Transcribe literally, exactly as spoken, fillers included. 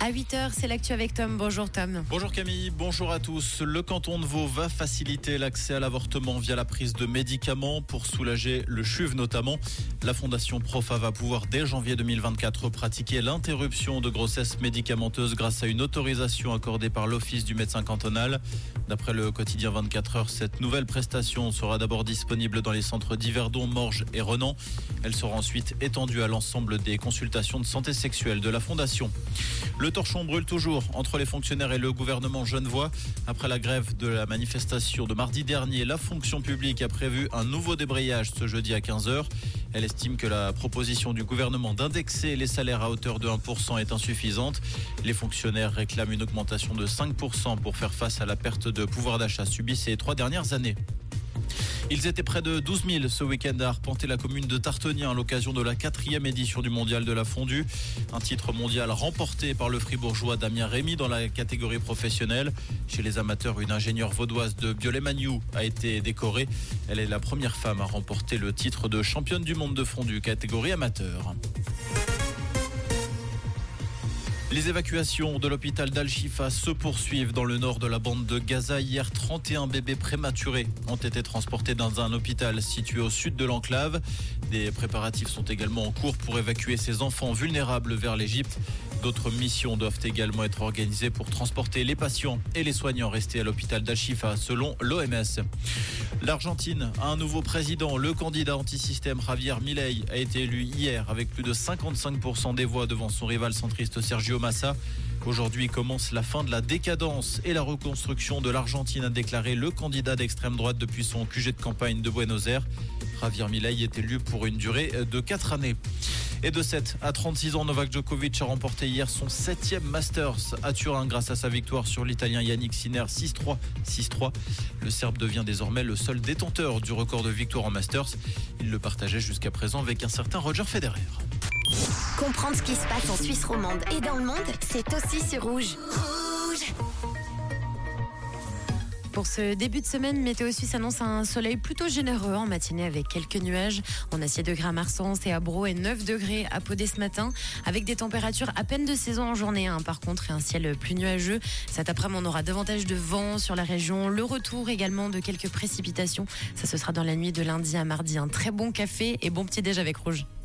À huit heures, c'est l'actu avec Tom. Bonjour Tom. Bonjour Camille, bonjour à tous. Le canton de Vaud va faciliter l'accès à l'avortement via la prise de médicaments pour soulager le C H U V notamment. La fondation Profa va pouvoir dès janvier deux mille vingt-quatre pratiquer l'interruption de grossesse médicamenteuse grâce à une autorisation accordée par l'Office du médecin cantonal. D'après le quotidien vingt-quatre heures, cette nouvelle prestation sera d'abord disponible dans les centres d'Yverdon, Morges et Renan. Elle sera ensuite étendue à l'ensemble des consultations de santé sexuelle de la fondation. Le torchon brûle toujours entre les fonctionnaires et le gouvernement genevois. Après la grève de la manifestation de mardi dernier, la fonction publique a prévu un nouveau débrayage ce jeudi à quinze heures. Elle estime que la proposition du gouvernement d'indexer les salaires à hauteur de un pour cent est insuffisante. Les fonctionnaires réclament une augmentation de cinq pour cent pour faire face à la perte de pouvoir d'achat subie ces trois dernières années. Ils étaient près de douze mille ce week-end à arpenter la commune de Tartonien à l'occasion de la quatrième édition du mondial de la fondue. Un titre mondial remporté par le fribourgeois Damien Rémy dans la catégorie professionnelle. Chez les amateurs, une ingénieure vaudoise de Biolay-Magnoux a été décorée. Elle est la première femme à remporter le titre de championne du monde de fondue catégorie amateur. Les évacuations de l'hôpital d'Al-Shifa se poursuivent dans le nord de la bande de Gaza. Hier, trente et un bébés prématurés ont été transportés dans un hôpital situé au sud de l'enclave. Des préparatifs sont également en cours pour évacuer ces enfants vulnérables vers l'Égypte. D'autres missions doivent également être organisées pour transporter les patients et les soignants restés à l'hôpital d'Al-Shifa, selon l'O M S. L'Argentine a un nouveau président. Le candidat anti-système Javier Milei a été élu hier avec plus de cinquante-cinq pour cent des voix devant son rival centriste Sergio Massa. Aujourd'hui commence la fin de la décadence et la reconstruction de l'Argentine, a déclaré le candidat d'extrême droite depuis son Q G de campagne de Buenos Aires. Javier Milei est élu pour une durée de quatre années. Et de sept à trente-six ans, Novak Djokovic a remporté hier son septième Masters à Turin grâce à sa victoire sur l'Italien Yannick Sinner six trois, six trois. Le Serbe devient désormais le seul détenteur du record de victoire en Masters. Il le partageait jusqu'à présent avec un certain Roger Federer. Comprendre ce qui se passe en Suisse romande et dans le monde, c'est aussi sur Rouge. Rouge. Pour ce début de semaine, Météo Suisse annonce un soleil plutôt généreux en matinée avec quelques nuages. On a six degrés à Marsens et à Bro et neuf degrés à Podé ce matin avec des températures à peine de saison en journée. Hein, par contre, et un ciel plus nuageux. Cet après-midi, on aura davantage de vent sur la région. Le retour également de quelques précipitations. Ça, ce sera dans la nuit de lundi à mardi. Un très bon café et bon petit déj avec Rouge.